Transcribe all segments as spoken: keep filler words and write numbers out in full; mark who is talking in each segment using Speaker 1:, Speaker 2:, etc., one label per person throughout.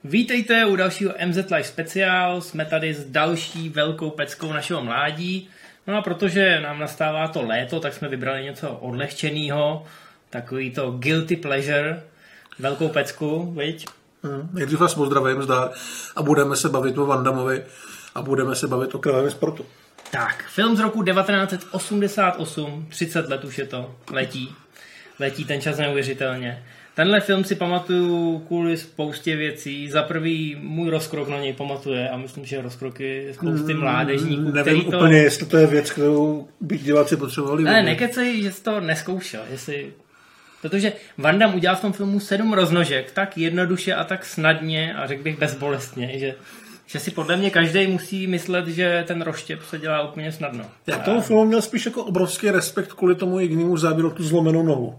Speaker 1: Vítejte u dalšího M Z Live speciál, jsme tady s další velkou peckou našeho mládí. No a protože nám nastává to léto, tak jsme vybrali něco odlehčeného, takový to guilty pleasure, velkou pecku, viď?
Speaker 2: Hmm, nejdřív vás pozdravím zdar a budeme se bavit o Van Dammovi a budeme se bavit o krvavém sportu.
Speaker 1: Tak, film z roku devatenáct set osmdesát osm, třicet let už je to, letí. Letí ten čas neuvěřitelně. Tenhle film si pamatuju kvůli spoustě věcí. Za prvý můj rozkrok na něj pamatuje a myslím, že rozkroky spousty mládežníků.
Speaker 2: Mm, nevím
Speaker 1: to...
Speaker 2: úplně, jestli to je věc, kterou by diváci potřebovali.
Speaker 1: Ne, nekecej, že jsi to neskoušel. Jestli... Protože Van Damme udělal v tom filmu sedm roznožek tak jednoduše a tak snadně a řekl bych bezbolestně, že, že si podle mě každý musí myslet, že ten roštěp se dělá úplně snadno.
Speaker 2: Já tomu filmu měl spíš jako obrovský respekt kvůli tomu jedinému záběru tu zlomenou nohu.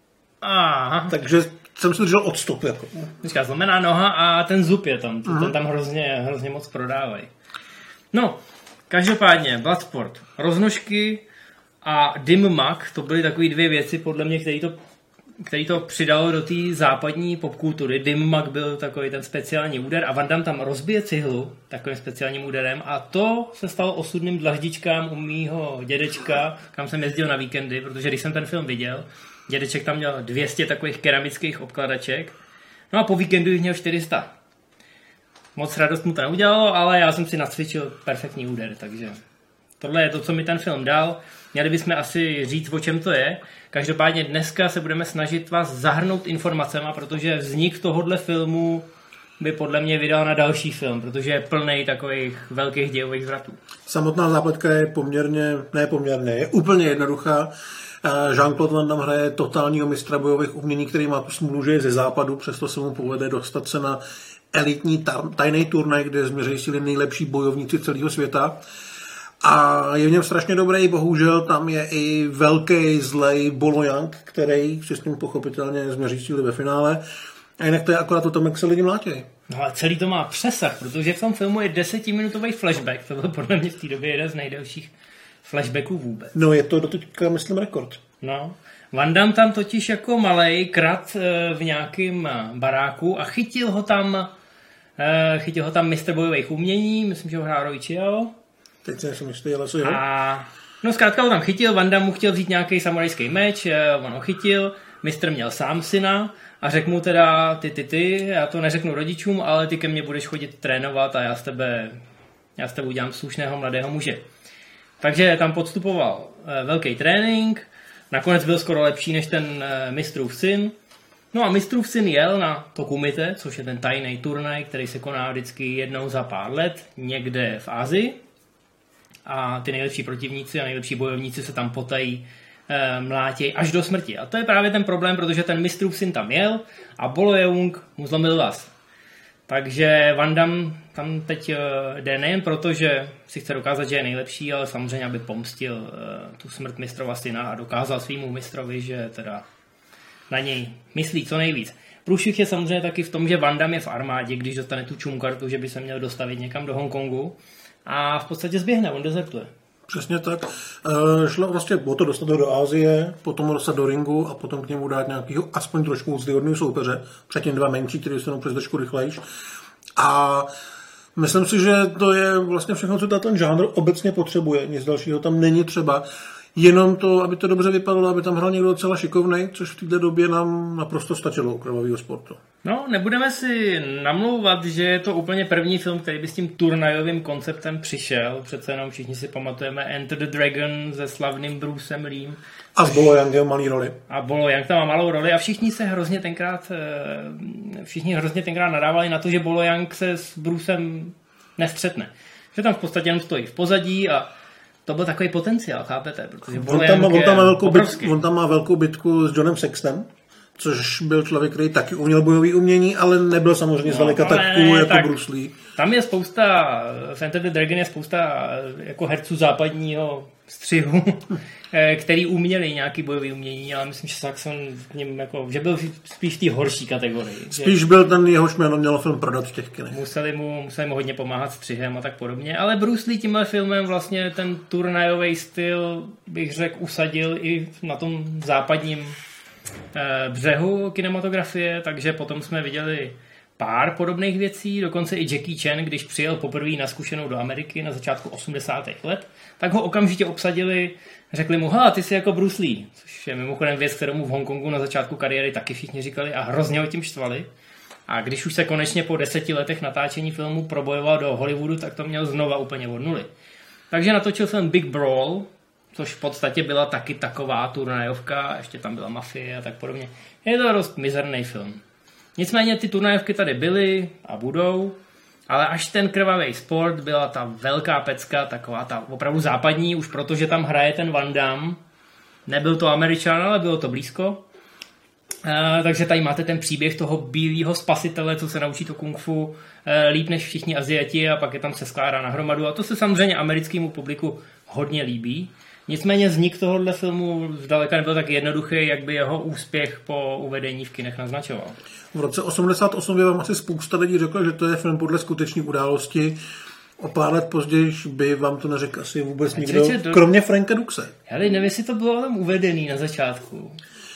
Speaker 1: Aha.
Speaker 2: Takže jsem si držel odstup. Jako.
Speaker 1: Říká, zlomená noha a ten zub je tam. Ten, ten tam hrozně, hrozně moc prodávají. No, každopádně, Bloodsport, roznožky a Dim Mak, to byly takové dvě věci, podle mě, které to, který to přidalo do té západní popkultury. Dim Mak byl takový ten speciální úder a Van Damme tam rozbije cihlu takovým speciálním úderem a to se stalo osudným dlaždičkám u mýho dědečka, kam jsem jezdil na víkendy, protože když jsem ten film viděl, dědeček tam měl dvě stě takových keramických obkladaček. No a po víkendu jich měl čtyři sta. Moc radost mu to neudělalo, ale já jsem si nacvičil perfektní úder, takže tohle je to, co mi ten film dal. Měli bychom asi říct, o čem to je. Každopádně dneska se budeme snažit vás zahrnout informacema, protože vznik tohohle filmu by podle mě vydal na další film, protože je plnej takových velkých dějových zvratů.
Speaker 2: Samotná zápletka je poměrně, ne poměrně, je úplně jednoduchá. Jean-Claude Van Damme hraje totálního mistra bojových umění, který má tu smůlu, že je ze západu, přesto se mu povede dostat se na elitní tar- tajný turnaj, kde změří síly nejlepší bojovníci celého světa. A je v něm strašně dobrý, bohužel tam je i velký zlej Bolo Yang, který si s ním pochopitelně změří síly ve finále. A jinak to je akorát o tom, jak se lidi mlátějí.
Speaker 1: No ale celý to má přesah, protože v tom filmu je desetiminutový flashback. To byl podle mě v té době jeden z nejdelších flashbacků vůbec.
Speaker 2: No je to doteďka, myslím, rekord.
Speaker 1: No. Van Damme tam totiž jako malej krat v nějakém baráku a chytil ho tam chytil ho tam mistr bojových umění, myslím, že ho hrál Roy Chiao.
Speaker 2: Teď jsem myslel, ale co jo?
Speaker 1: A no zkrátka ho tam chytil, Van Damme mu chtěl vzít nějaký samurajský meč, on ho chytil, mistr měl sám syna a řekl mu teda ty, ty, ty, já to neřeknu rodičům, ale ty ke mně budeš chodit trénovat a já z tebe, já z tebe udělám slušného mladého muže. Takže tam podstupoval velký trénink, nakonec byl skoro lepší než ten mistrův syn. No a mistrův syn jel na to kumite, což je ten tajný turnaj, který se koná vždycky jednou za pár let někde v Asii. A ty nejlepší protivníci a nejlepší bojovníci se tam potají e, mlátěj až do smrti. A to je právě ten problém, protože ten mistrův syn tam jel a Bolo Yeung mu zlomil vaz. Takže Van Damme tam teď jde nejen proto, že si chce dokázat, že je nejlepší, ale samozřejmě, aby pomstil tu smrt mistrova syna a dokázal svýmu mistrovi, že teda na něj myslí co nejvíc. Průšvih je samozřejmě taky v tom, že Van Damme je v armádě, když dostane tu čumkartu, že by se měl dostavit někam do Hongkongu a v podstatě zběhne, on dezertuje.
Speaker 2: Přesně tak. E, šlo vlastně o to dostat do Asie, potom ho dostat do ringu a potom k němu dát nějakýho aspoň trošku úctyhodného soupeře. Předtím dva menší, který se přes trošku rychlejš. A myslím si, že to je vlastně všechno, co ten žánr obecně potřebuje. Nic dalšího tam není třeba. Jenom to, aby to dobře vypadalo, aby tam hrál někdo docela šikovnej, což v této době nám naprosto stačilo u krvavého sportu.
Speaker 1: No, nebudeme si namlouvat, že je to úplně první film, který by s tím turnajovým konceptem přišel. Přece jenom všichni si pamatujeme Enter the Dragon se slavným Brucem Leem.
Speaker 2: A s Bolo Yangem malý roli.
Speaker 1: A Bolo Yang tam má malou roli a všichni se hrozně tenkrát všichni hrozně tenkrát nadávali na to, že Bolo Yang se s Brucem nestřetne. Že tam v podstatě jenom stojí v pozadí a to byl takový potenciál, chápete? Protože
Speaker 2: on, tam, on, tam má velkou bitku, on tam má velkou bitku s Johnem Sextem, což byl člověk, který taky uměl bojový umění, ale nebyl samozřejmě no, zdaleka tak cool jako tak Bruce Lee.
Speaker 1: Tam je spousta, v Enter the Dragon je spousta jako herců západního střihu, který uměli nějaký bojový umění, ale myslím, že Saxon v něm jako, že byl spíš v té horší kategorii.
Speaker 2: Spíš byl ten, jehož jméno mělo film prodat v těch kinech.
Speaker 1: Museli mu, museli mu hodně pomáhat střihem a tak podobně, ale Bruce Lee tímhle filmem vlastně ten turnajový styl, bych řekl, usadil i na tom západním eh, břehu kinematografie, takže potom jsme viděli pár podobných věcí, dokonce i Jackie Chan, když přijel poprvé na zkušenou do Ameriky na začátku osmdesátých let, tak ho okamžitě obsadili, řekli mu, hele, ty jsi jako Bruce Lee, což je mimochodem věc, kterou mu v Hongkongu na začátku kariéry taky všichni říkali a hrozně ho tím štvali. A když už se konečně po deseti letech natáčení filmu probojoval do Hollywoodu, tak to měl znova úplně od nuly. Takže natočil film Big Brawl, což v podstatě byla taky taková turnajovka, ještě tam byla mafie a tak podobně. Je to dost mizerný film. Nicméně ty turnajovky tady byly a budou, ale až ten krvavý sport byla ta velká pecka, taková ta opravdu západní, už protože tam hraje ten Van Damme. Nebyl to Američan, ale bylo to blízko. Uh, takže tady máte ten příběh toho bílého spasitele, co se naučí to kung fu uh, líp než všichni Aziati a pak je tam se skládá na hromadu a to se samozřejmě americkému publiku hodně líbí. Nicméně vznik tohohle filmu zdaleka nebyl tak jednoduchý, jak by jeho úspěch po uvedení v kinech naznačoval.
Speaker 2: V roce osmdesát osm by vám asi spousta lidí řekla, že to je film podle skutečných událostí. O pár let později by vám to neřekl asi vůbec nikdo, do... kromě Franka Duxe.
Speaker 1: Já nevím, jestli to bylo tam uvedený na začátku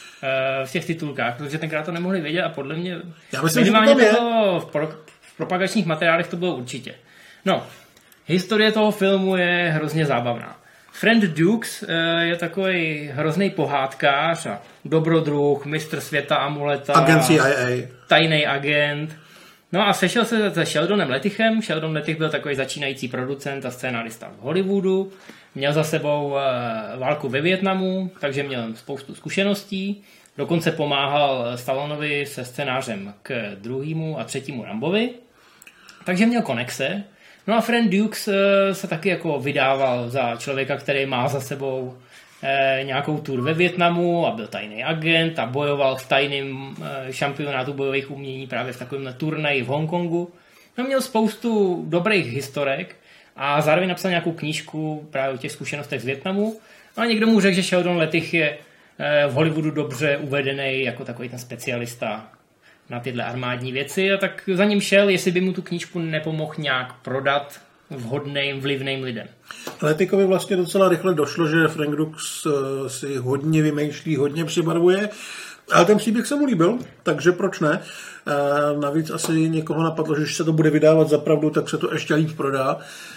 Speaker 1: v těch titulkách, protože tenkrát to nemohli vědět a podle mě
Speaker 2: Já myslím, že to tam je.
Speaker 1: V, pro, v propagačních materiálech to bylo určitě. No, historie toho filmu je hrozně zábavná. Friend Dukes je takový hrozný pohádkář a dobrodruh, mistr světa amuleta,
Speaker 2: agent C I A,
Speaker 1: tajný agent. No a sešel se se Sheldonem Lettichem. Sheldon Lettich byl takový začínající producent a scénárista v Hollywoodu. Měl za sebou válku ve Vietnamu, takže měl spoustu zkušeností. Dokonce pomáhal Stallonovi se scénářem k druhému a třetímu Rambovi. Takže měl konexe. No a Friend Dukes se taky jako vydával za člověka, který má za sebou nějakou tour ve Vietnamu a byl tajný agent a bojoval v tajném šampionátu bojových umění právě v takovémhle turnaji v Hongkongu. No, měl spoustu dobrých historek a zároveň napsal nějakou knížku právě o těch zkušenostech z Vietnamu. No a někdo mu řekl, že Sheldon Lettich je v Hollywoodu dobře uvedený jako takový ten specialista na tyhle armádní věci a tak za ním šel, jestli by mu tu knížku nepomohl nějak prodat vhodným, vlivným lidem.
Speaker 2: Lettikovi vlastně docela rychle došlo, že Frank Dux si hodně vymýšlí, hodně přibarvuje, ale ten příběh se mu líbil, takže proč ne? Navíc asi někoho napadlo, že když se to bude vydávat za pravdu, tak se to ještě líp prodá.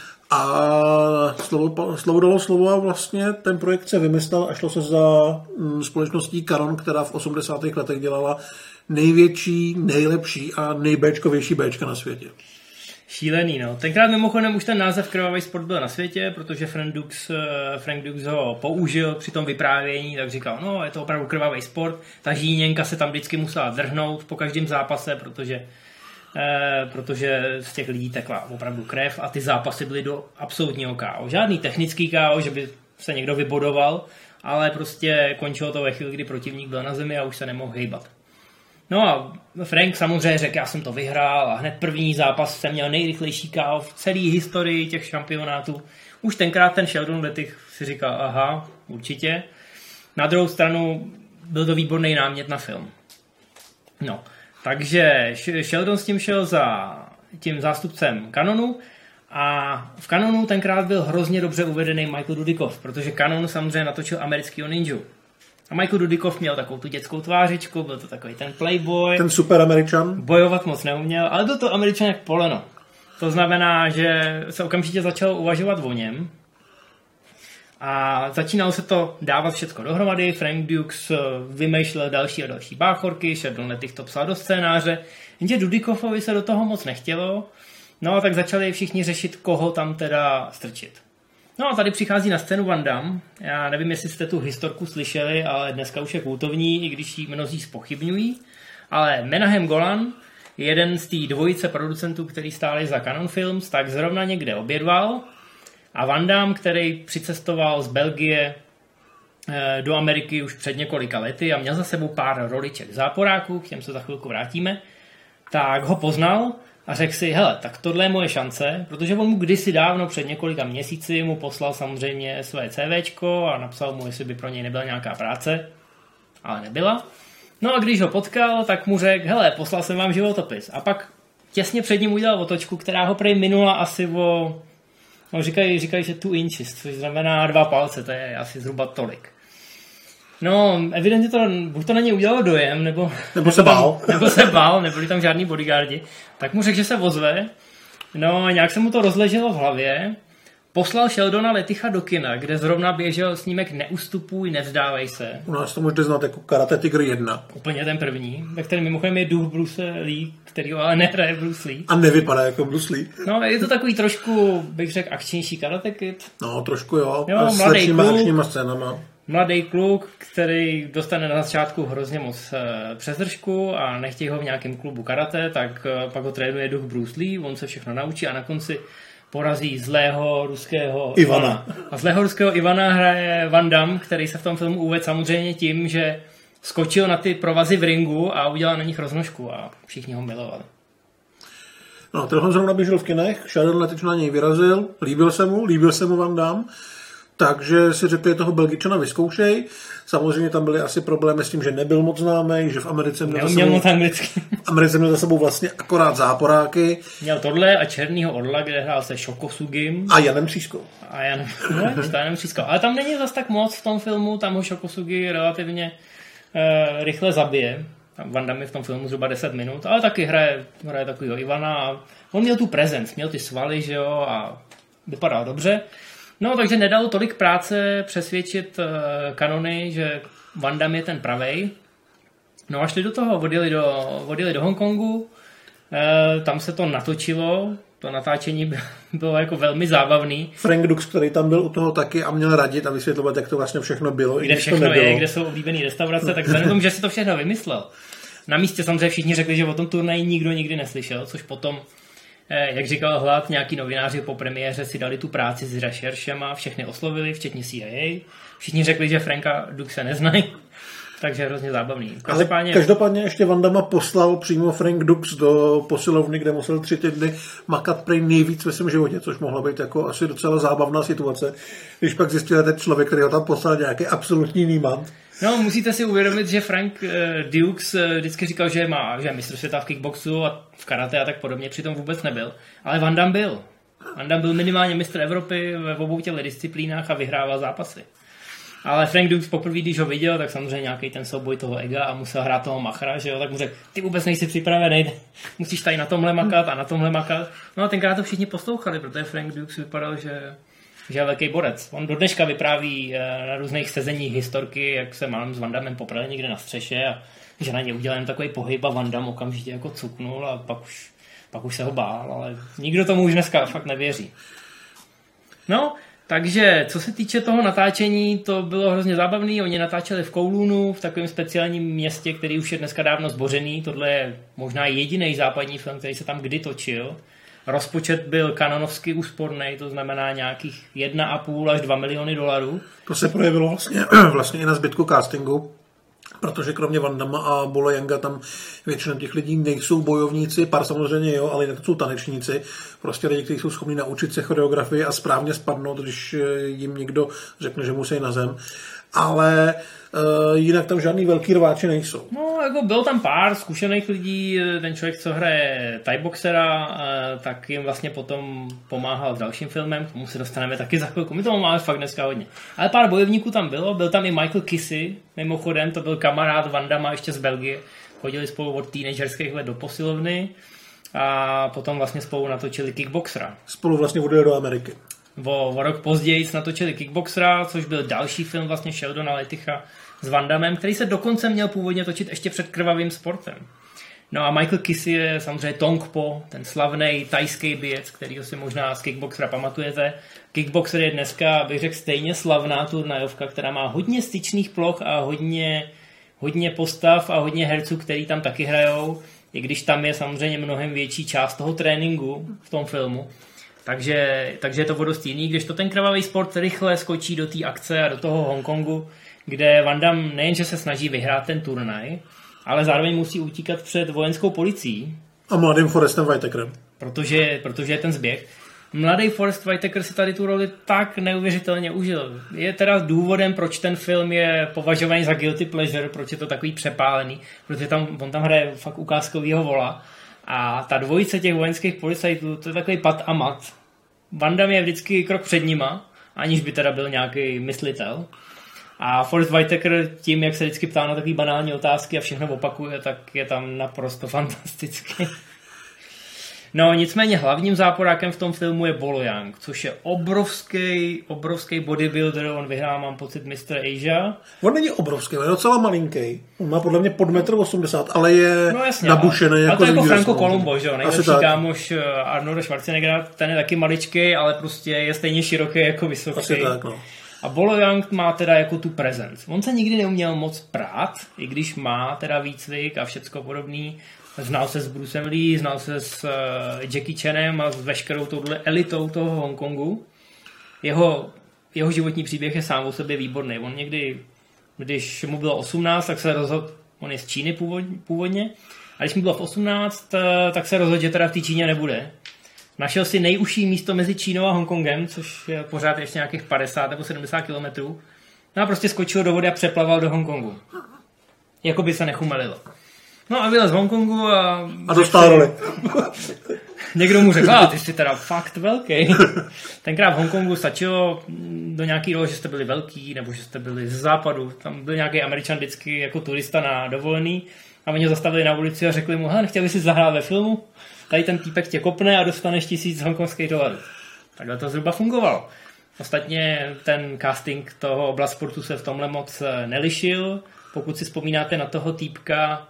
Speaker 2: A slovo, slovo dalo slovo a vlastně ten projekt se vymyslel a šlo se za společností Canon, která v osmdesátých letech dělala největší, nejlepší a nejbéčkovější béčka na světě.
Speaker 1: Šílený, no. Tenkrát mimochodem už ten název Krvavý sport byl na světě, protože Frank Dux, Frank Dux ho použil při tom vyprávění, tak říkal, no, je to opravdu krvavý sport, ta žíněnka se tam vždycky musela drhnout po každém zápase, protože, eh, protože z těch lidí tekla opravdu krev a ty zápasy byly do absolutního ká ó. Žádný technický ká ó, že by se někdo vybodoval, ale prostě končilo to ve chvíli, kdy protivník byl na zemi a už se nemohl hejbat. No a Frank samozřejmě řekl, já jsem to vyhrál a hned první zápas jsem měl nejrychlejší ká ó v celé historii těch šampionátů. Už tenkrát ten Sheldon Lettich si říkal, aha, určitě. Na druhou stranu byl to výborný námět na film. No, takže Sheldon s tím šel za tím zástupcem Canonu a v Canonu tenkrát byl hrozně dobře uvedený Michael Dudikoff, protože Canon samozřejmě natočil Americkýho ninju. A Michael Dudikoff měl takovou tu dětskou tvářičku, byl to takový ten playboy.
Speaker 2: Ten super Američan.
Speaker 1: Bojovat moc neuměl, ale byl to Američan jak poleno. To znamená, že se okamžitě začal uvažovat o něm. A začínalo se to dávat všechno dohromady. Frank Dux vymýšlel další a další báchorky, Sheldon Lettich to psal do scénáře, jenže Dudikoffovi se do toho moc nechtělo. No a tak začali všichni řešit, koho tam teda strčit. No a tady přichází na scénu Van Damme. Já nevím, jestli jste tu historku slyšeli, ale dneska už je kultovní, i když ji mnozí zpochybňují. Ale Menahem Golan, jeden z té dvojice producentů, který stáli za Canon Films, tak zrovna někde obědval. A Van Damme, který přicestoval z Belgie do Ameriky už před několika lety a měl za sebou pár roliček záporáků, k těm se za chvilku vrátíme, tak ho poznal a řekl si, hele, tak tohle je moje šance, protože on mu kdysi dávno před několika měsíci mu poslal samozřejmě své CVčko a napsal mu, jestli by pro něj nebyla nějaká práce, ale nebyla. No a když ho potkal, tak mu řekl, hele, poslal jsem vám životopis. A pak těsně před ním udělal otočku, která ho prej minula asi o, no říkají, říkají, že two inches, což znamená dva palce, to je asi zhruba tolik. No, evidentně to, buď to na něj udělalo dojem, nebo,
Speaker 2: nebo se bál.
Speaker 1: Tam, nebo se bál, nebyli tam žádný bodyguardi. Tak mu řekl, že se ozve. No, nějak se mu to rozleželo v hlavě. Poslal Sheldona Letticha do kina, kde zrovna běžel snímek Neustupuj, nevzdávej se.
Speaker 2: U nás to můžete znát jako Karate Tiger jedna.
Speaker 1: Úplně ten první, ve kterém mimochodem je duch Bruce Lee, který ale nehraje Bruce Lee.
Speaker 2: A nevypadá jako Bruce Lee.
Speaker 1: No, je to takový trošku, bych řekl, akčnější Karate Kid.
Speaker 2: No, trošku jo,
Speaker 1: jo
Speaker 2: a s lepšíma akčníma scénama.
Speaker 1: Mladý kluk, který dostane na začátku hrozně moc e, přezdržku a nechtějí ho v nějakém klubu karate, tak e, pak ho trénuje duch Bruce Lee, on se všechno naučí a na konci porazí zlého ruského
Speaker 2: Ivana.
Speaker 1: Ivana. A zlého ruského Ivana hraje Van Damme, který se v tom filmu uvedl samozřejmě tím, že skočil na ty provazy v ringu a udělal na nich roznožku a všichni ho milovali.
Speaker 2: No, tenhle zrovna běžel v kinech, Sheldon Lettich na něj vyrazil, líbil se mu, líbil se mu Van Damme, takže si řekli, toho Belgičana vyzkoušej. Samozřejmě tam byly asi problémy s tím, že nebyl moc známý, že v Americe měl,
Speaker 1: Neuměl moc anglicky.
Speaker 2: V Americe měl za sebou vlastně akorát záporáky.
Speaker 1: Měl tohle a Černýho orla, kde hrál se Shokosugim.
Speaker 2: A Janem Třískou.
Speaker 1: A Jan, no, Janem Třískou. Ale tam není zas tak moc v tom filmu, tam ho Shokosugi relativně uh, rychle zabije. Tam Van Damme je v tom filmu zhruba deset minut, ale taky hraje, hraje takovýho Ivana. A on měl tu prezenc, měl ty svaly, že jo, a vypadal dobře. No, takže nedalo tolik práce přesvědčit uh, kanony, že Van Damme je ten pravej. No a šli do toho, odjeli do, odjeli do Hongkongu, uh, tam se to natočilo, to natáčení bylo jako velmi zábavný.
Speaker 2: Frank Dux, který tam byl u toho taky a měl radit a vysvětlovat, jak to vlastně všechno bylo.
Speaker 1: Kde všechno je, kde jsou oblíbené restaurace, tak vzhledem k tomu, že si to všechno vymyslel. Na místě samozřejmě všichni řekli, že o tom turnaji nikdo nikdy neslyšel, což potom, jak říkal Hlad, nějaký novináři po premiéře si dali tu práci s rešeršema, všechny oslovili, včetně C I A. Všichni řekli, že Franka Duxe neznají, takže hrozně zábavný.
Speaker 2: Každopádně... Ale každopádně ještě Van Damme poslal přímo Frank Dux do posilovny, kde musel tři týdny makat prej nejvíc ve svém životě, což mohla být jako asi docela zábavná situace, když pak zjistil ten člověk, který ho tam poslal, nějaký absolutní nímant.
Speaker 1: No, musíte si uvědomit, že Frank uh, Dux uh, vždycky říkal, že má, že je mistr světa v kickboxu a v karate a tak podobně, přitom vůbec nebyl. Ale Van Damme byl. Van Damme byl minimálně mistr Evropy ve obou těchto disciplínách a vyhrával zápasy. Ale Frank Dux poprvé, když ho viděl, tak samozřejmě nějaký ten souboj toho ega a musel hrát toho machra, že jo, tak mu řekl, ty vůbec nejsi připravený, musíš tady na tomhle makat a na tomhle makat. No a tenkrát to všichni poslouchali, protože Frank Dux vypadal, že že je velký borec. On do dneška vypráví na různých sezeních historky, jak se mám s Van Dammem poprvé někde na střeše a že na ně udělal jen takový pohyb a Van Damme okamžitě jako cuknul a pak už, pak už se ho bál, ale nikdo tomu už dneska fakt nevěří. No, takže co se týče toho natáčení, to bylo hrozně zábavný. Oni natáčeli v Kowloonu, v takovém speciálním městě, který už je dneska dávno zbořený. Tohle je možná jediný západní film, který se tam kdy točil. Rozpočet byl kanonovsky úsporný, to znamená nějakých jedna a půl až dva miliony dolarů.
Speaker 2: To se projevilo vlastně, vlastně i na zbytku castingu, protože kromě Van Damme a Bola Younga tam většina těch lidí nejsou bojovníci, pár samozřejmě jo, ale to jsou tanečníci, prostě lidi, kteří jsou schopni naučit se choreografii a správně spadnout, když jim někdo řekne, že musí na zem. Ale uh, jinak tam žádný velký rváči nejsou.
Speaker 1: No, jako byl tam pár zkušených lidí, ten člověk, co hraje Thai boxera, uh, tak jim vlastně potom pomáhal s dalším filmem, k tomu se dostaneme taky za chvilku, my toho máme fakt dneska hodně. Ale pár bojovníků tam bylo, byl tam i Michael Kissy, mimochodem, to byl kamarád Van Damme ještě z Belgie, chodili spolu od teenagerských let do posilovny a potom vlastně spolu natočili Kickboxera.
Speaker 2: Spolu vlastně odjeli do Ameriky.
Speaker 1: O, o rok později natočili Kickboxera, což byl další film vlastně Sheldona Letticha s Van Dammem, který se dokonce měl původně točit ještě před krvavým sportem. No a Michael Kissy je samozřejmě Tong Po, ten slavný thajský bijec, kterýho si možná z Kickboxera pamatujete. Kickboxer je dneska, bych řekl, stejně slavná turnajovka, která má hodně styčných ploch a hodně, hodně postav a hodně herců, který tam taky hrajou, i když tam je samozřejmě mnohem větší část toho tréninku v tom filmu. Takže, takže je to dost jiný, když to ten krvavý sport rychle skočí do té akce a do toho Hongkongu, kde Van Damme nejenže se snaží vyhrát ten turnaj, ale zároveň musí utíkat před vojenskou policií.
Speaker 2: A mladým Forestem Whitakerem.
Speaker 1: Protože, protože je ten zběh. Mladý Forest Whitaker si tady tu roli tak neuvěřitelně užil. Je teda důvodem, proč ten film je považovaný za guilty pleasure, proč je to takový přepálený, protože tam, on tam hraje fakt ukázkovýho vola. A ta dvojice těch vojenských policajtů, to je takový pat a mat. Van Damme je vždycky krok před nima, aniž by teda byl nějaký myslitel. A Forest Whitaker tím, jak se vždycky ptá na takové banální otázky a všechno opakuje, tak je tam naprosto fantastický. No nicméně hlavním záporákem v tom filmu je Bolo Young, což je obrovský, obrovský bodybuilder, on vyhrál, mám pocit, mister Asia.
Speaker 2: On není obrovský, on je docela malinký. On má podle mě pod metr osmdesát, ale je no jasně, nabušený.
Speaker 1: Ale
Speaker 2: jako
Speaker 1: to je jako Franco Columbo, že jo, nejlepší kámoš Arnolda Schwarzeneggera, ten je taky maličký, ale prostě je stejně široký jako vysoký.
Speaker 2: Asi tak, no.
Speaker 1: A Bolo Young má teda jako tu presence. On se nikdy neuměl moc prát, i když má teda výcvik a všecko podobný. Znal se s Brucem Lee, znal se s uh, Jackie Chanem a s veškerou touhle elitou toho Hongkongu. Jeho, jeho životní příběh je sám o sobě výborný. On někdy, když mu bylo osmnáct, tak se rozhodl, on je z Číny původně, původně a když mu bylo v osmnáct, tak se rozhodl, že teda v té Číně nebude. Našel si nejužší místo mezi Čínou a Hongkongem, což je pořád ještě nějakých padesát nebo sedmdesát kilometrů. No a prostě skočil do vody a přeplaval do Hongkongu. Jako by se nechumelilo. No a vylez z Hongkongu a...
Speaker 2: A dostal roli.
Speaker 1: Někdo mu řekl, a ty jsi teda fakt velký. Tenkrát v Hongkongu stačilo do nějaký role, že jste byli velký, nebo že jste byli z západu. Tam byl nějaký Američan vždycky jako turista na dovolený a oni ho zastavili na ulici a řekli mu, hele, nechtěl bys si zahrát ve filmu? Tady ten týpek tě kopne a dostaneš tisíc hongkongských dolarů. Takhle to zhruba fungovalo. Ostatně ten casting toho oblast sportu se v tomhle moc nelišil. Pokud si vzpomínáte na toho týpka,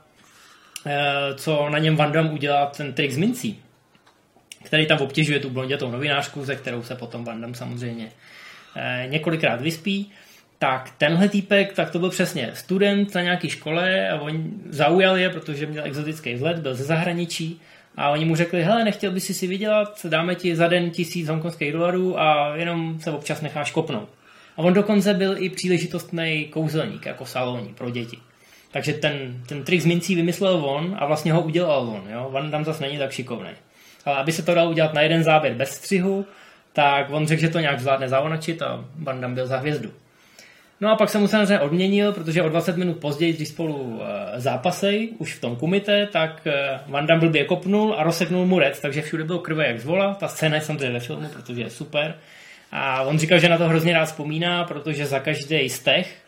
Speaker 1: co na něm Van Damme udělal ten trik z mincí, který tam obtěžuje tu blondětou novinářku, ze kterou se potom Van Damme samozřejmě několikrát vyspí, tak tenhle týpek, tak to byl přesně student na nějaké škole a on zaujal je, protože měl exotický vzhled, byl ze zahraničí a oni mu řekli, hele, nechtěl bys si si vydělat, dáme ti za den tisíc hongkongských dolarů a jenom se občas necháš kopnout. A on dokonce byl i příležitostný kouzelník, jako salóní pro děti. Takže ten, ten trik z mincí vymyslel on a vlastně ho udělal on. Jo? Van Damme zase není tak šikovný. Ale aby se to dalo udělat na jeden záběr bez střihu, tak on řekl, že to nějak zvládne zaonačit a Van Damme byl za hvězdu. No a pak se mu samozřejmě odměnil, protože o dvacet minut později, když spolu uh, zápasej, už v tom kumite, tak uh, Van Damme blbě kopnul a rozseknul mu rec, takže všude bylo krve jak z vola. Ta scéna je samozřejmě ve filmu, protože je super. A on říkal, že na to hrozně rád vzpomíná, protože za každý steh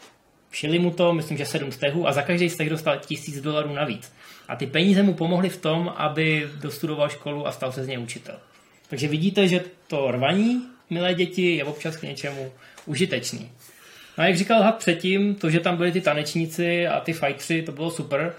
Speaker 1: všili mu to, myslím, že sedm stehů a za každý steh dostal tisíc dolarů navíc. A ty peníze mu pomohly v tom, aby dostudoval školu a stal se z něj učitel. Takže vidíte, že to rvaní, milé děti, je občas k něčemu užitečný. No a jak říkal Had předtím, to, že tam byli ty tanečníci a ty fightři, to bylo super,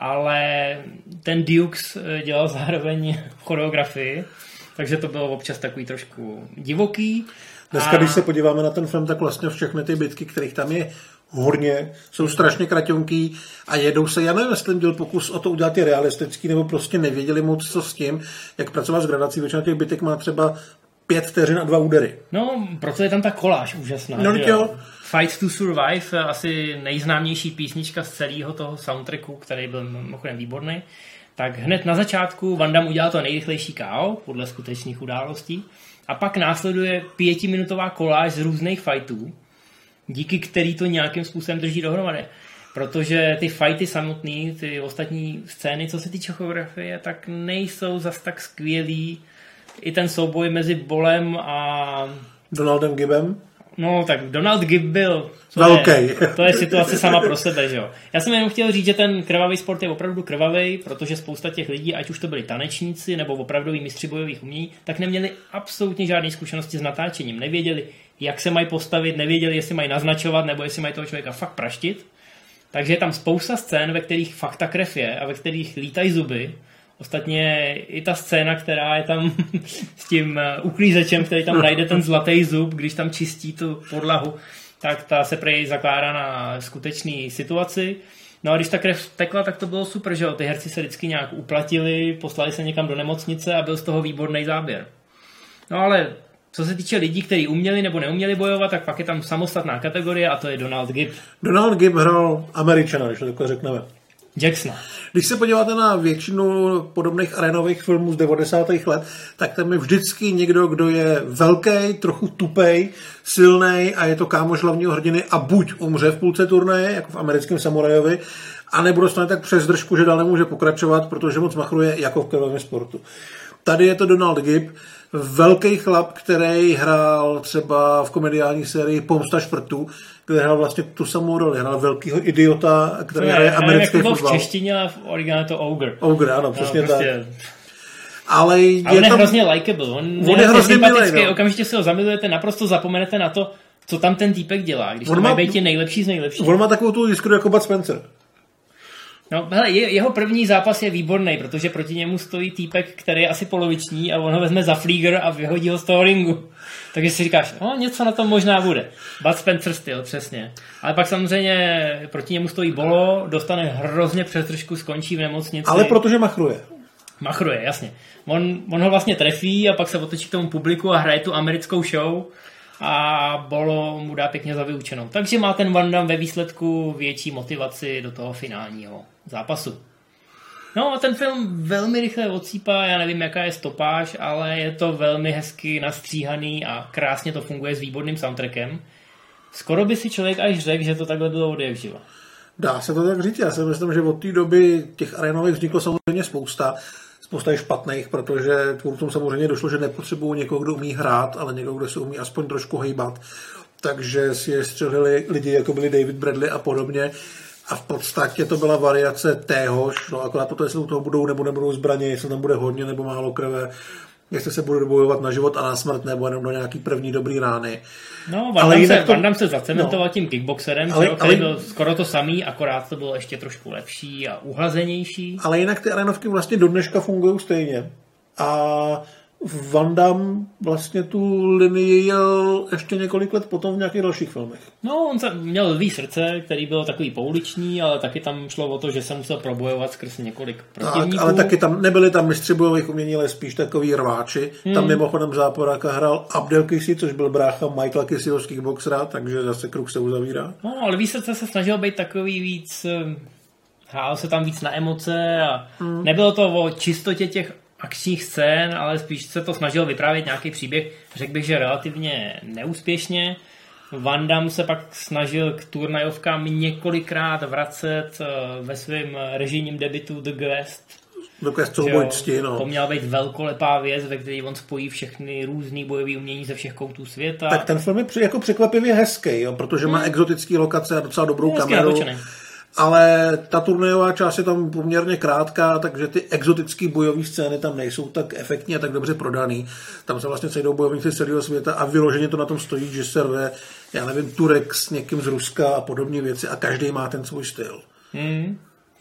Speaker 1: ale ten Dukes dělal zároveň choreografii, takže to bylo občas takový trošku divoký.
Speaker 2: Dneska, a... když se podíváme na ten film, tak vlastně všechny ty bitky, kterých tam je hodně, jsou strašně kraťonký a jedou se, já nevím, jestli byl pokus o to udělat je realistický, nebo prostě nevěděli moc co s tím, jak pracovat s gradací. Většina těch bitek má třeba pět vteřin a dva údery.
Speaker 1: No, proto je tam ta koláž úžasná.
Speaker 2: No, jo.
Speaker 1: Fight to Survive, asi nejznámější písnička z celého toho soundtracku, který byl mimochodem výborný. Tak hned na začátku Van Damme udělal to nejrychlejší K O podle skutečných událostí a pak následuje pětiminutová koláž z různých fightů, díky který to nějakým způsobem drží dohromady. Protože ty fighty samotný, ty ostatní scény, co se týče choreografie, tak nejsou zas tak skvělý. I ten souboj mezi Bolem a...
Speaker 2: Donaldem Gibbem?
Speaker 1: No, tak Donald Gibb byl... To
Speaker 2: velký.
Speaker 1: Je, to je situace sama pro sebe, že jo. Já jsem jenom chtěl říct, že ten krvavý sport je opravdu krvavý, protože spousta těch lidí, ať už to byli tanečníci nebo opravdoví mistři bojových umění, tak neměli absolutně žádné zkušenosti s natáčením. Nevěděli, jak se mají postavit, nevěděli, jestli mají naznačovat nebo jestli mají toho člověka fakt praštit. Takže je tam spousta scén, ve kterých fakt ta krev je a ve kterých lítají zuby. Ostatně i ta scéna, která je tam s tím uklízečem, který tam najde ten zlatý zub, když tam čistí tu podlahu, tak ta se prej zakládá na skutečný situaci. No a když ta krev tekla, tak to bylo super, že jo? Ty herci se vždycky nějak uplatili, poslali se někam do nemocnice a byl z toho výborný záběr. No ale co se týče lidí, kteří uměli nebo neuměli bojovat, tak pak je tam samostatná kategorie a to je Donald Gibb.
Speaker 2: Donald Gibb hrál Američana, když to takhle řekneme.
Speaker 1: Jacksona.
Speaker 2: Když se podíváte na většinu podobných arénových filmů z devadesátých let, tak tam je vždycky někdo, kdo je velký, trochu tupej, silnej a je to kámoš hlavního hrdiny a buď umře v půlce turnaje, jako v Americkém samurajovi, a nebo dostane tak přes držku, že dál nemůže pokračovat, protože moc machruje jako v krvavém sportu. Tady je to Donald Gibb, velký chlap, který hrál třeba v komediální sérii Pomsta šprtů, kde hrál vlastně tu samou roli. Hrál velkýho idiota, který hraje americký fotbal.
Speaker 1: V češtině a v originále to Ogre.
Speaker 2: Ogre, ano, přesně no, prostě... tak.
Speaker 1: Ale je a on je tam... hrozně likeable. On,
Speaker 2: on je hrozně
Speaker 1: sympatický,
Speaker 2: milý, no.
Speaker 1: Okamžitě si ho zamilujete, naprosto zapomenete na to, co tam ten týpek dělá, když on to má být nejlepší z nejlepších.
Speaker 2: On má takovou tu jiskru jako Bud Spencer.
Speaker 1: No, hele, jeho první zápas je výborný, protože proti němu stojí týpek, který je asi poloviční a on ho vezme za flíger a vyhodí ho z toho ringu. Takže si říkáš, no, něco na tom možná bude. Bud Spencer styl, přesně. Ale pak samozřejmě proti němu stojí Bolo, dostane hrozně přes držku, skončí v nemocnici.
Speaker 2: Ale protože machruje.
Speaker 1: Machruje, jasně. On, on ho vlastně trefí a pak se otočí k tomu publiku a hraje tu americkou show a Bolo mu dá pěkně za vyučenou. Takže má ten Van Damme ve výsledku větší motivaci do toho finálního zápasu. No, ten film velmi rychle odsýpá, já nevím, jaká je stopáž, ale je to velmi hezky nastříhaný a krásně to funguje s výborným soundtrackem. Skoro by si člověk až řekl, že to takhle bylo od jak živa.
Speaker 2: Dá se to tak říct, já si myslím, že od té doby těch arénových vzniklo samozřejmě spousta, spousta je špatných, protože tvůrcům samozřejmě došlo, že nepotřebují někoho, kdo umí hrát, ale někoho, kdo se umí aspoň trošku hejbat. Takže si je střelili lidi, jako byli David Bradley a podobně. A v podstatě to byla variace téhož, no akorát to, jestli u toho budou nebo nebudou zbraně, jestli tam bude hodně nebo málo krve, jestli se bude bojovat na život a na smrt, nebo jenom do nějaký první dobrý rány.
Speaker 1: No, Van Damme se, to... se zacementoval no. tím kickboxerem, ale, který ale... byl skoro to samý, akorát to bylo ještě trošku lepší a uhlazenější.
Speaker 2: Ale jinak ty arenovky vlastně do dneška fungují stejně. A Van Damme vlastně tu linii jel ještě několik let potom v nějakých dalších filmech.
Speaker 1: No, on měl Lví srdce, který byl takový pouliční, ale taky tam šlo o to, že se musel probojovat skrz několik protivníků.
Speaker 2: Tak, ale taky tam nebyli tam mistři bojových umění, ale spíš takový rváči. Hmm. Tam mimochodem záporáka hrál Abdel Kisi, což byl brácha Michaela Kisiho z kickboxera, takže zase kruh se uzavírá.
Speaker 1: No, ale Lví srdce se snažil být takový víc, hrál se tam víc na emoce a hmm. nebylo to o čistotě těch akčních scén, ale spíš se to snažil vyprávět nějaký příběh, řekl bych, že relativně neúspěšně. Van Damme se pak snažil k turnajovkám několikrát vracet ve svém režijním debutu The Quest.
Speaker 2: The Quest soubojčtí, no.
Speaker 1: To měla být velkolepá věc, ve které on spojí všechny různý bojové umění ze všech koutů světa.
Speaker 2: Tak ten film je jako překvapivě hezký, jo, protože má hmm. exotické lokace a docela dobrou je kameru. Natočený. Ale ta turnajová část je tam poměrně krátká, takže ty exotické bojové scény tam nejsou tak efektní a tak dobře prodaný. Tam se vlastně sejdou bojovníci z celého světa a vyloženě to na tom stojí, že se rve, já nevím, Turek s někým z Ruska a podobné věci a každý má ten svůj styl.
Speaker 1: Hmm.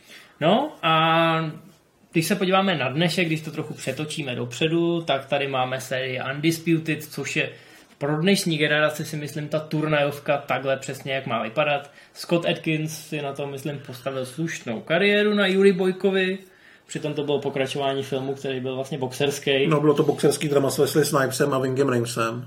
Speaker 1: No a když se podíváme na dnešek, když to trochu přetočíme dopředu, tak tady máme sérii Undisputed, což je pro dnešní generaci si myslím ta turnajovka takhle přesně, jak má vypadat. Scott Adkins si na to, myslím, postavil slušnou kariéru na Yuri Boykovi. Přitom to bylo pokračování filmu, který byl vlastně boxerský.
Speaker 2: No, bylo to boxerský drama s Wesley Snipesem a Vingem Ramesem.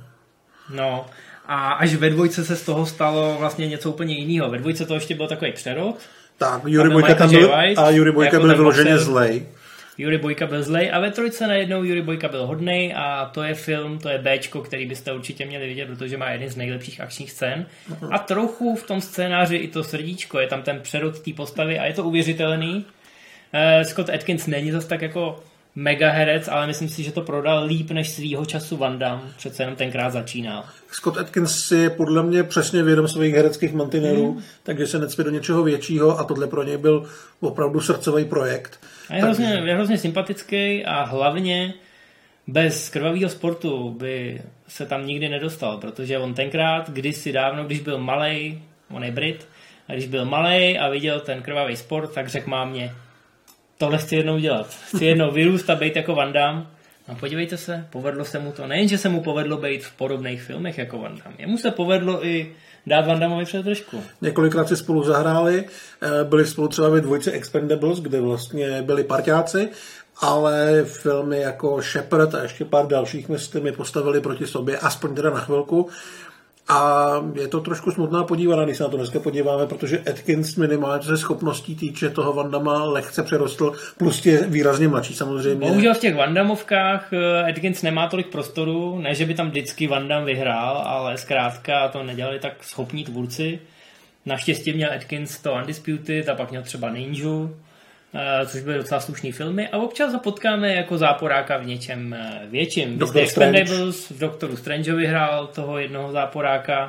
Speaker 1: No, a až ve dvojce se z toho stalo vlastně něco úplně jiného. Ve dvojce to ještě byl takový přerod.
Speaker 2: Tak, Yuri Boyka tam byl a Yuri Boyka byl vyloženě zlej.
Speaker 1: Yuri Boyka byl zlej a ve trojce najednou Yuri Boyka byl hodnej a to je film, to je Bčko, který byste určitě měli vidět, protože má jeden z nejlepších akčních scén. Uh-huh. A trochu v tom scénáři i to srdíčko, je tam ten přerod té postavy a je to uvěřitelný. Uh, Scott Adkins není zas tak jako mega herec, ale myslím si, že to prodal líp než svýho času Van Damme. Přece jenom tenkrát začínal.
Speaker 2: Scott Adkins je podle mě přesně vědom svých hereckých mantinelů, mm. takže se necpe do něčeho většího a tohle pro něj byl opravdu srdcový projekt.
Speaker 1: A je, hrozně, je hrozně sympatický a hlavně bez krvavého sportu by se tam nikdy nedostal, protože on tenkrát, kdysi dávno, když byl malej, on je Brit, a když byl malej a viděl ten krvavý sport, tak řekl mámě, tohle chci jednou dělat. Chci jednou vyrůst a být jako Van Damme. A podívejte se, povedlo se mu to. Nejen, že se mu povedlo být v podobných filmech jako Van Damme. Jemu se povedlo i dát Van Dammeovi před držku.
Speaker 2: Několikrát si spolu zahráli, byli spolu třeba ve dvojce Expendables, kde vlastně byli parťáci, ale filmy jako Shepard a ještě pár dalších myslím je postavili proti sobě, aspoň teda na chvilku. A je to trošku smutná podívaná, když se na to dneska podíváme, protože Atkins minimálně ze schopností týče toho Van Damma lehce přerostl, plus je výrazně mladší samozřejmě.
Speaker 1: Bohužel v těch Van Dammovkách Atkins nemá tolik prostoru, ne, že by tam vždycky Van Damme vyhrál, ale zkrátka to nedělali tak schopní tvůrci. Naštěstí měl Atkins to Undisputed a pak měl třeba Ninju, což byly docela slušný filmy a občas ho potkáme jako záporáka v něčem větším.
Speaker 2: Doctor
Speaker 1: Expendables, v Doktoru Strangeovi hrál toho jednoho záporáka,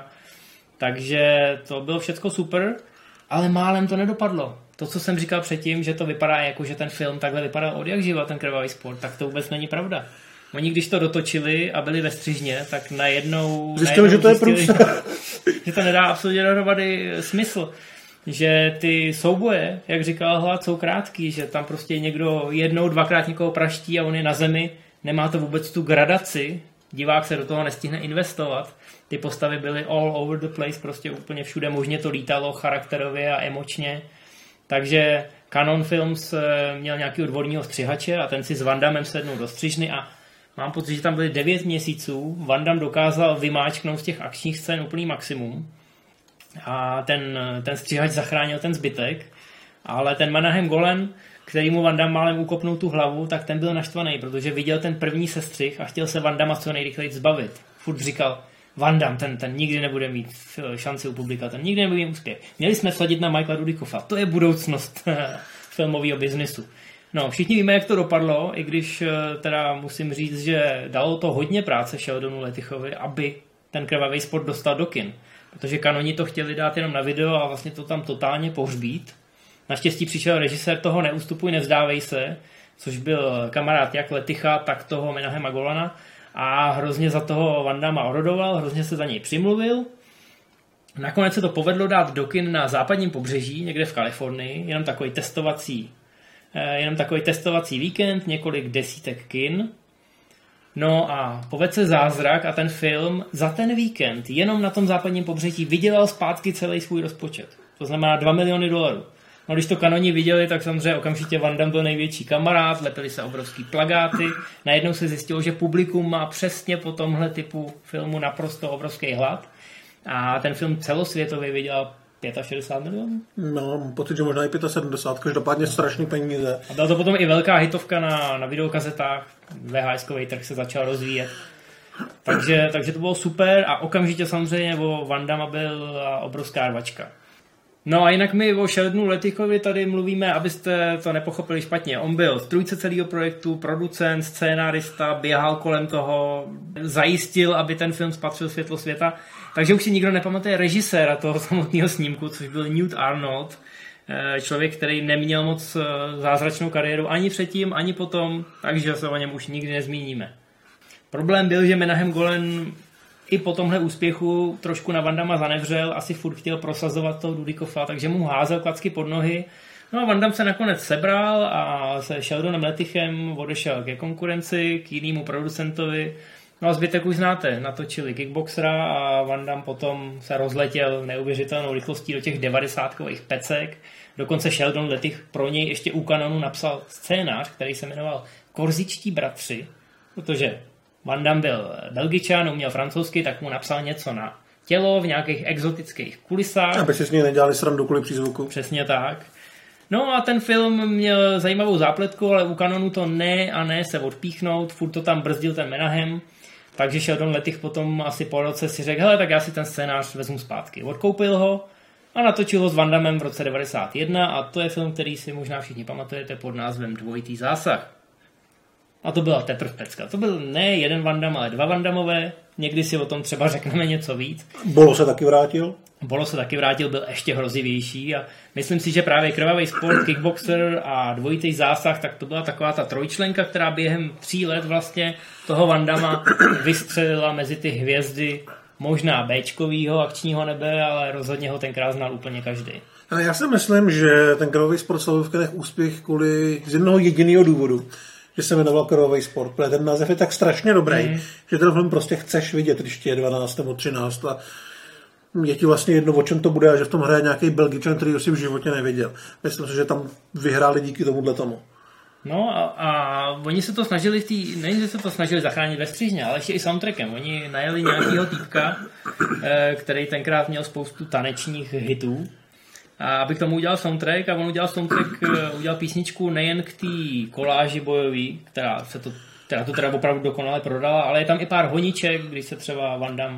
Speaker 1: takže to bylo všecko super, ale málem to nedopadlo. To, co jsem říkal předtím, že to vypadá jako, že ten film takhle vypadal od jak živa, ten Krvavý sport, tak to vůbec není pravda. Oni když to dotočili a byli ve střižně, tak najednou...
Speaker 2: Zjistili, že to je průser.
Speaker 1: Že to nedá absolutně dohromady smysl. Že ty souboje, jak říkal Hlad, jsou krátký, že tam prostě někdo jednou, dvakrát někoho praští a on je na zemi, nemá to vůbec tu gradaci, divák se do toho nestihne investovat. Ty postavy byly all over the place, prostě úplně všude možně to lítalo charakterově a emočně. Takže Canon Films měl nějaký odborního střihače a ten si s Van Dammem sednul do střižny a mám pocit, že tam byly devět měsíců. Van Damme dokázal vymáčknout z těch akčních scén úplný maximum. A ten, ten střihač zachránil ten zbytek, ale ten Menahem Golan, který mu Van Damme málem ukopnul tu hlavu, tak ten byl naštvaný, protože viděl ten první sestřih a chtěl se Van Damme co nejrychleji zbavit. Furt říkal, Van Damme, ten, ten nikdy nebude mít šanci u publika, ten nikdy nebude mít úspěch. Měli jsme sladit na Michaela Dudikoffa, to je budoucnost filmového biznesu. No, všichni víme, jak to dopadlo, i když teda musím říct, že dalo to hodně práce Sheldonu Lettichovi, aby ten Krvavý sport dostal do kin. Protože kanoni to chtěli dát jenom na video a vlastně to tam totálně pohřbít. Naštěstí přišel režisér toho Neustupuj, nevzdávej se, což byl kamarád jak Letticha, tak toho Menahema Golana a hrozně za toho Van Damme orodoval, hrozně se za něj přimluvil. Nakonec se to povedlo dát do kin na západním pobřeží, někde v Kalifornii, jenom takový testovací, jenom takový testovací víkend, několik desítek kin. No a povedl se zázrak a ten film za ten víkend jenom na tom západním pobřeží vydělal zpátky celý svůj rozpočet. To znamená dva miliony dolarů. No když to kanoni viděli, tak samozřejmě okamžitě Van Damme byl největší kamarád, lepili se obrovský plagáty. Najednou se zjistilo, že publikum má přesně po tomhle typu filmu naprosto obrovský hlad. A ten film celosvětově vydělal šedesát pět milionů?
Speaker 2: No, mám pocit, že možná i sedmdesát pět, každopádně strašný peníze.
Speaker 1: A byla to potom i velká hitovka na, na videokazetách, vé há eskový trh se začal rozvíjet. Takže, takže to bylo super a okamžitě samozřejmě o Van Damme byl obrovská rvačka. No a jinak my o Sheldonu Lettichovi tady mluvíme, abyste to nepochopili špatně. On byl v trojce celého projektu, producent, scénárista, běhal kolem toho, zajistil, aby ten film spatřil světlo světa. Takže už si nikdo nepamatuje režiséra toho samotného snímku, což byl Newt Arnold, člověk, který neměl moc zázračnou kariéru ani předtím, ani potom, takže se o něm už nikdy nezmíníme. Problém byl, že Menahem Golan i po tomhle úspěchu trošku na Van Damme zanevřel, asi furt chtěl prosazovat toho Dudikoffa, takže mu házel klacky pod nohy. No a Van Damme se nakonec sebral a se Sheldonem Lettichem odešel ke konkurenci, k jinému producentovi. No a zbytek už znáte, natočili Kickboxera a Van Damme potom se rozletěl neuvěřitelnou rychlostí do těch devadesátkových pecek. Dokonce Sheldon Lettich pro něj ještě u kanonu napsal scénář, který se jmenoval Korzičtí bratři, protože Van Damme byl Belgičan, uměl francouzsky, tak mu napsal něco na tělo v nějakých exotických kulisách.
Speaker 2: Aby si s ní nedělali srandu kvůli přízvuku.
Speaker 1: Přesně tak. No a ten film měl zajímavou zápletku, ale u kanonu to ne a ne se odpíchnout, furt to tam brzdil ten Menahem, takže Sheldon Lettich potom asi po roce si řekl, hele, tak já si ten scénář vezmu zpátky. Odkoupil ho a natočil ho s Van Dammem v roce devadesát jedna a to je film, který si možná všichni pamatujete pod názvem Dvojitý zásah. A to byla teprve pecka. To byl ne jeden Van Damme, ale dva Van Dammové. Někdy si o tom třeba řekneme něco víc.
Speaker 2: Bolo se taky vrátil?
Speaker 1: Bolo se taky vrátil, byl ještě hrozivější a myslím si, že právě Krvavý sport, Kickboxer a Dvojitý zásah, tak to byla taková ta trojčlenka, která během tří let vlastně toho Van Damme vystřelila mezi ty hvězdy možná béčkovýho akčního nebe, ale rozhodně ho tenkrát znal úplně každý.
Speaker 2: Ale já si myslím, že ten Krvavý sport slavil v kinech úspěch kvůli z jednoho jediného důvodu, že se jmenoval Krvavý sport, protože ten název je tak strašně dobrý, mm. že ten film prostě chceš vidět, když ti je dvanáct nebo třináct a je ti vlastně jedno, o čem to bude a že v tom hraje nějaký Belgičan, který ho si v životě neviděl. Myslím si, že tam vyhráli díky tomuhle tomu.
Speaker 1: No a, a oni se to snažili, tý, nejen, že se to snažili zachránit ve střižně, ale ještě i soundtrackem. Oni najeli nějakýho týpka, který tenkrát měl spoustu tanečních hitů, a aby k tomu udělal soundtrack a on udělal soundtrack, udělal písničku nejen k té koláži bojový, která se to, která to teda opravdu dokonale prodala, ale je tam i pár honiček, když se třeba Van Damme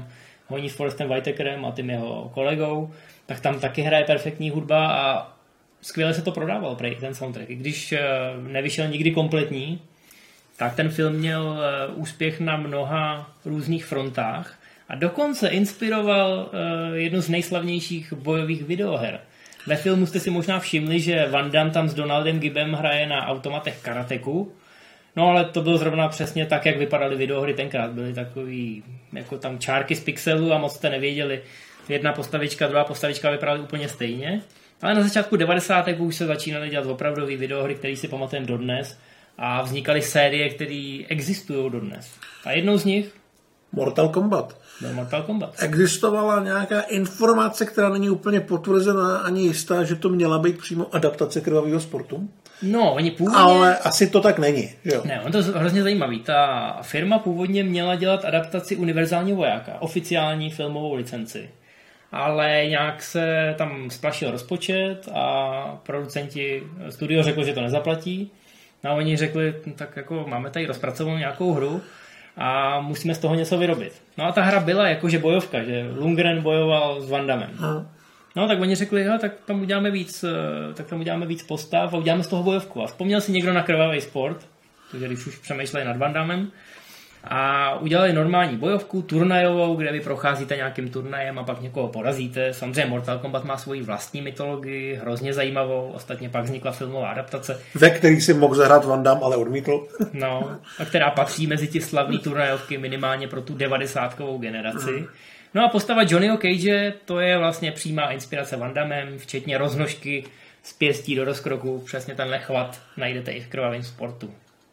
Speaker 1: honí s Forestem Whitakerem a tím jeho kolegou, tak tam taky hraje perfektní hudba a skvěle se to prodával, prej, ten soundtrack. I když nevyšel nikdy kompletní, tak ten film měl úspěch na mnoha různých frontách a dokonce inspiroval jednu z nejslavnějších bojových videoher. Ve filmu jste si možná všimli, že Van Damme tam s Donaldem Gibbem hraje na automatech karateku. No ale to bylo zrovna přesně tak, jak vypadaly videohry tenkrát. Byly takový, jako tam čárky z pixelů a moc jste nevěděli. Jedna postavička, druhá postavička vypadaly úplně stejně. Ale na začátku devadesátek už se začínaly dělat opravdové videohry, které si pamatujeme dodnes. A vznikaly série, které existují dodnes. A jednou z nich
Speaker 2: Mortal Kombat.
Speaker 1: Byl Mortal Kombat.
Speaker 2: Existovala nějaká informace, která není úplně potvrzená ani jistá, že to měla být přímo adaptace krvavého sportu?
Speaker 1: No, oni původně...
Speaker 2: Ale asi to tak není, že jo?
Speaker 1: Ne, on to je hrozně zajímavý. Ta firma původně měla dělat adaptaci Univerzálního vojáka, oficiální filmovou licenci. Ale nějak se tam splašil rozpočet a producenti studio řekl, že to nezaplatí. No a oni řekli, tak jako máme tady rozpracovanou nějakou hru a musíme z toho něco vyrobit. No a ta hra byla jakože bojovka, že Lundgren bojoval s Van Dammem. No tak oni řekli, tak tam uděláme víc, tak tam uděláme víc postav a uděláme z toho bojovku. A vzpomněl si někdo na krvavý sport, takže když už přemýšleli nad Van Dammem, a udělali normální bojovku, turnajovou, kde vy procházíte nějakým turnajem a pak někoho porazíte. Samozřejmě Mortal Kombat má svoji vlastní mytologii, hrozně zajímavou, ostatně pak vznikla filmová adaptace.
Speaker 2: Ve který si mohl zahrát Van Damme, ale odmítl.
Speaker 1: No, a která patří mezi ty slavné turnajovky minimálně pro tu devadesátkovou generaci. Mm. No a postava Johnnyho Cage, to je vlastně přímá inspirace Van Dammem, včetně roznožky z pěstí do rozkroku, přesně tenhle chvat najdete i v krvavém sportu.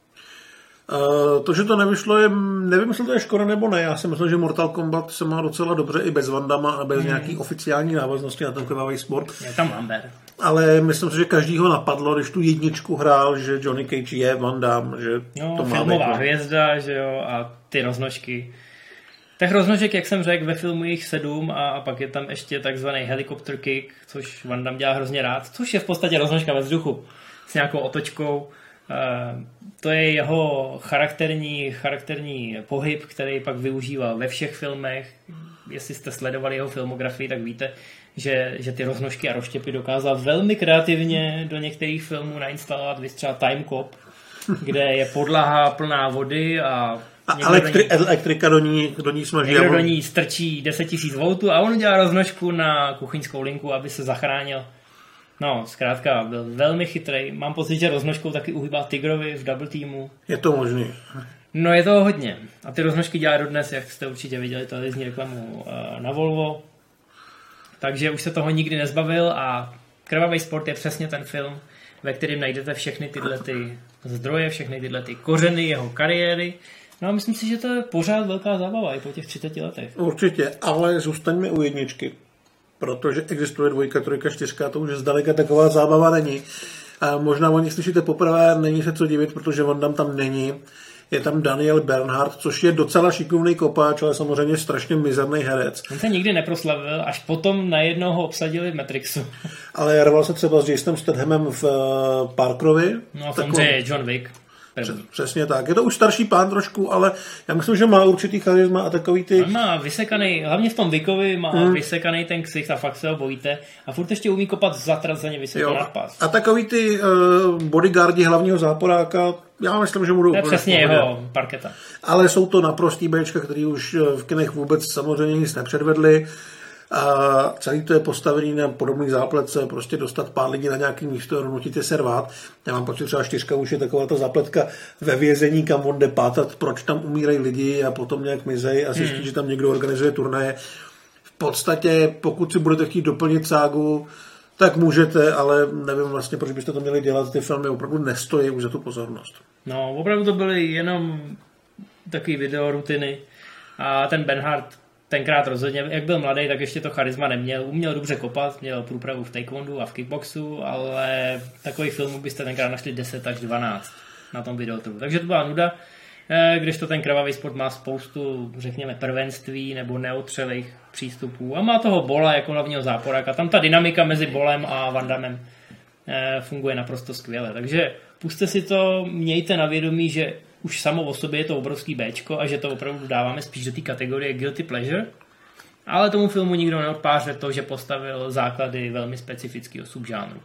Speaker 2: Uh, to, že to nevyšlo, je, nevím, jestli to je škoda nebo ne. Já si myslím, že Mortal Kombat se má docela dobře i bez Van Damme a bez hmm. nějaký oficiální návaznosti na ten krvavý sport.
Speaker 1: Je tam Lambert.
Speaker 2: Ale myslím si, že každýho napadlo, když tu jedničku hrál, že Johnny Cage je Van Damme, že
Speaker 1: no,
Speaker 2: to má
Speaker 1: filmová
Speaker 2: být,
Speaker 1: hvězda, že jo, a ty roznožky. Těch roznožek, jak jsem řekl, ve filmu je jich sedm a, a pak je tam ještě takzvaný helicopter kick, což Van Damme dělá hrozně rád, což je v podstatě roznožka ve vzduchu s nějakou otočkou. Uh, to je jeho charakterní, charakterní pohyb, který pak využíval ve všech filmech. Jestli jste sledovali jeho filmografii, tak víte, že, že ty roznožky a rozštěpy dokázal velmi kreativně do některých filmů nainstalovat, víc třeba Time Cop, kde je podlaha plná vody a
Speaker 2: a elektri- do ní, elektrika do ní, do ní smaží.
Speaker 1: Někdo do ní strčí deset tisíc voltů a on dělá roznožku na kuchyňskou linku, aby se zachránil. No, zkrátka, byl velmi chytrý. Mám pocit, že roznožkou taky uhýbá Tigrovi v Double Teamu.
Speaker 2: Je to možný.
Speaker 1: No, je to hodně. A ty roznožky dělá dodnes, jak jste určitě viděli televizní reklamu na Volvo. Takže už se toho nikdy nezbavil a Krvavý sport je přesně ten film, ve kterém najdete všechny tyhle ty zdroje, všechny tyhle ty kořeny jeho kariéry. No a myslím si, že to je pořád velká zábava i po těch třiceti letech.
Speaker 2: Určitě, ale zůstaňme u jedničky. Protože existuje dvojka, trojka, čtyřka, to už zdaleka taková zábava není. A možná o nich slyšíte poprvé, není se co divit, protože Van Damme tam není. Je tam Daniel Bernhardt, což je docela šikovný kopáč, ale samozřejmě strašně mizerný herec.
Speaker 1: On se nikdy neproslavil, až potom najednou ho obsadili v Matrixu.
Speaker 2: Ale jarval se třeba s Jasonem Stathamem v Parkerovi.
Speaker 1: No a samozřejmě John Wick.
Speaker 2: Přesně tak. Je to už starší pán trošku, ale já myslím, že má určitý charisma a takový ty...
Speaker 1: On má vysekaný, hlavně v tom Vickovi má hmm. vysekaný ten ksicht a fakt se ho bojíte. A furt ještě umí kopat zatraceně vysoko nad pás.
Speaker 2: A takový ty uh, bodyguardi hlavního záporáka, já myslím, že budou...
Speaker 1: To je přesně jeho parketa.
Speaker 2: Ale jsou to naprostý béčka, který už v kinech vůbec samozřejmě nic nepředvedli. A celý to je postavený na podobný zápletce, prostě dostat pár lidí na nějaký místo a donutit je se rvát. Já mám pocit, třeba čtyřka už je taková ta zápletka ve vězení, kam on jde pátat, proč tam umírají lidi a potom nějak mizej a zjistit, hmm. že tam někdo organizuje turnaje. V podstatě, pokud si budete chtít doplnit ságu, tak můžete, ale nevím vlastně, proč byste to měli dělat. Ty filmy opravdu nestojí už za tu pozornost.
Speaker 1: No, opravdu to byly jenom takový videorutiny a ten Bernhardt tenkrát rozhodně, jak byl mladý, tak ještě to charisma neměl. Uměl dobře kopat, měl průpravu v taekwondu a v kickboxu, ale takových filmů byste tenkrát našli deset až dvanáct na tom videotrhu. Takže to byla nuda, když to ten Krvavý sport má spoustu, řekněme, prvenství nebo neotřelých přístupů a má toho Bola jako hlavního záporáka. Tam ta dynamika mezi Bolem a Van Dammem funguje naprosto skvěle. Takže puste si to, mějte na vědomí, že už samo o sobě je to obrovský béčko a že to opravdu dáváme spíš do té kategorie guilty pleasure. Ale tomu filmu nikdo neodpáře to, že postavil základy velmi specifického subžánru.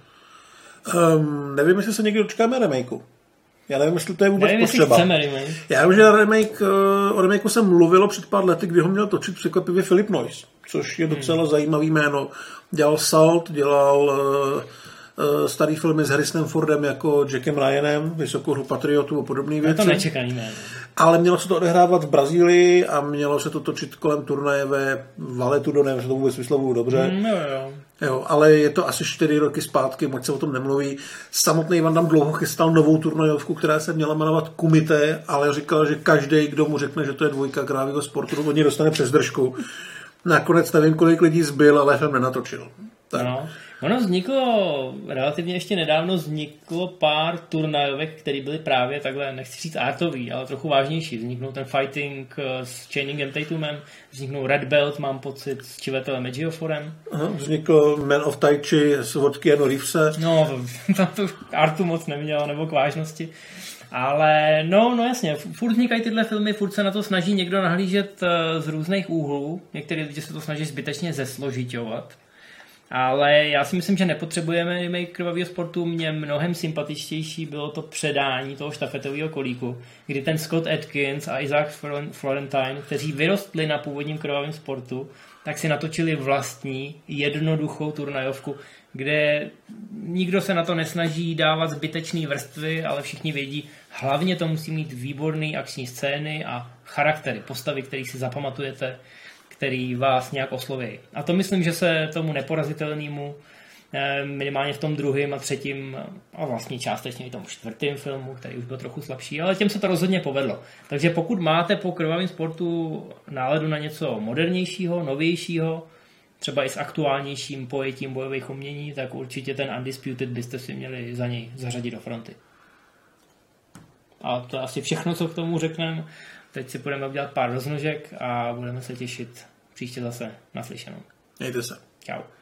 Speaker 2: Um, nevím, jestli se někdo dočkáme remakeu. Já nevím, jestli to je vůbec
Speaker 1: nevím,
Speaker 2: potřeba.
Speaker 1: Remake.
Speaker 2: Já vím, že remake, o remakeu se mluvilo před pár lety, kdy ho měl točit překvapivě Philip Noyce, což je docela hmm. zajímavý jméno. Dělal Salt, dělal uh, uh, starý filmy s Harrisonem Fordem jako Jackem Ryanem, Vysokou hru patriotů a podobné věci.
Speaker 1: Je to nečekaný jméno.
Speaker 2: Ale mělo se to odehrávat v Brazílii a mělo se to točit kolem turnaje ve Valetudo, nevím, že to vůbec vyslovuju dobře.
Speaker 1: Mm, jo, jo.
Speaker 2: Jo, ale je to asi čtyři roky zpátky, moc se o tom nemluví. Samotný Van Damme dlouho chystal novou turnajovku, která se měla jmenovat Kumite, ale říkal, že každý, kdo mu řekne, že to je dvojka krávého sportu, od něj dostane přes držku. Nakonec nevím, kolik lidí zbyl, ale film nenatočil. Tak.
Speaker 1: No. Ono vzniklo, relativně ještě nedávno vzniklo pár turnajovek, které byly právě takhle, nechci říct artový, ale trochu vážnější. Vzniknul ten fighting s Channingem Tatumem, vzniknul Red Belt, mám pocit, s Chiwetelem Ejioforem.
Speaker 2: Vznikl Man of Tai Chi s od Keanu Reevese.
Speaker 1: No, tam to artu moc nemělo, nebo k vážnosti. Ale no, no jasně, furt vznikají tyhle filmy, furt se na to snaží někdo nahlížet z různých úhlů. Některý lidi se to snaží zbytečně zesložiťovat. Ale já si myslím, že nepotřebujeme remake Krvavého sportu. Mně mnohem sympatičtější bylo to předání toho štafetového kolíku, kdy ten Scott Adkins a Isaac Florentine, kteří vyrostli na původním Krvavém sportu, tak si natočili vlastní jednoduchou turnajovku, kde nikdo se na to nesnaží dávat zbytečné vrstvy, ale všichni vědí, hlavně to musí mít výborné akční scény a charaktery, postavy, které si zapamatujete, který vás nějak osloví. A to myslím, že se tomu neporazitelnému minimálně v tom druhém a třetím a vlastně částečně i tomu čtvrtém filmu, který už byl trochu slabší, ale těm se to rozhodně povedlo. Takže pokud máte po Krvavém sportu náladu na něco modernějšího, novějšího, třeba i s aktuálnějším pojetím bojových umění, tak určitě ten Undisputed byste si měli za něj zařadit do fronty. A to je asi všechno, co k tomu řekneme. Teď si budeme udělat pár roznožek a budeme se těšit příště zase naslyšenou.
Speaker 2: Mějte se.
Speaker 1: Čau.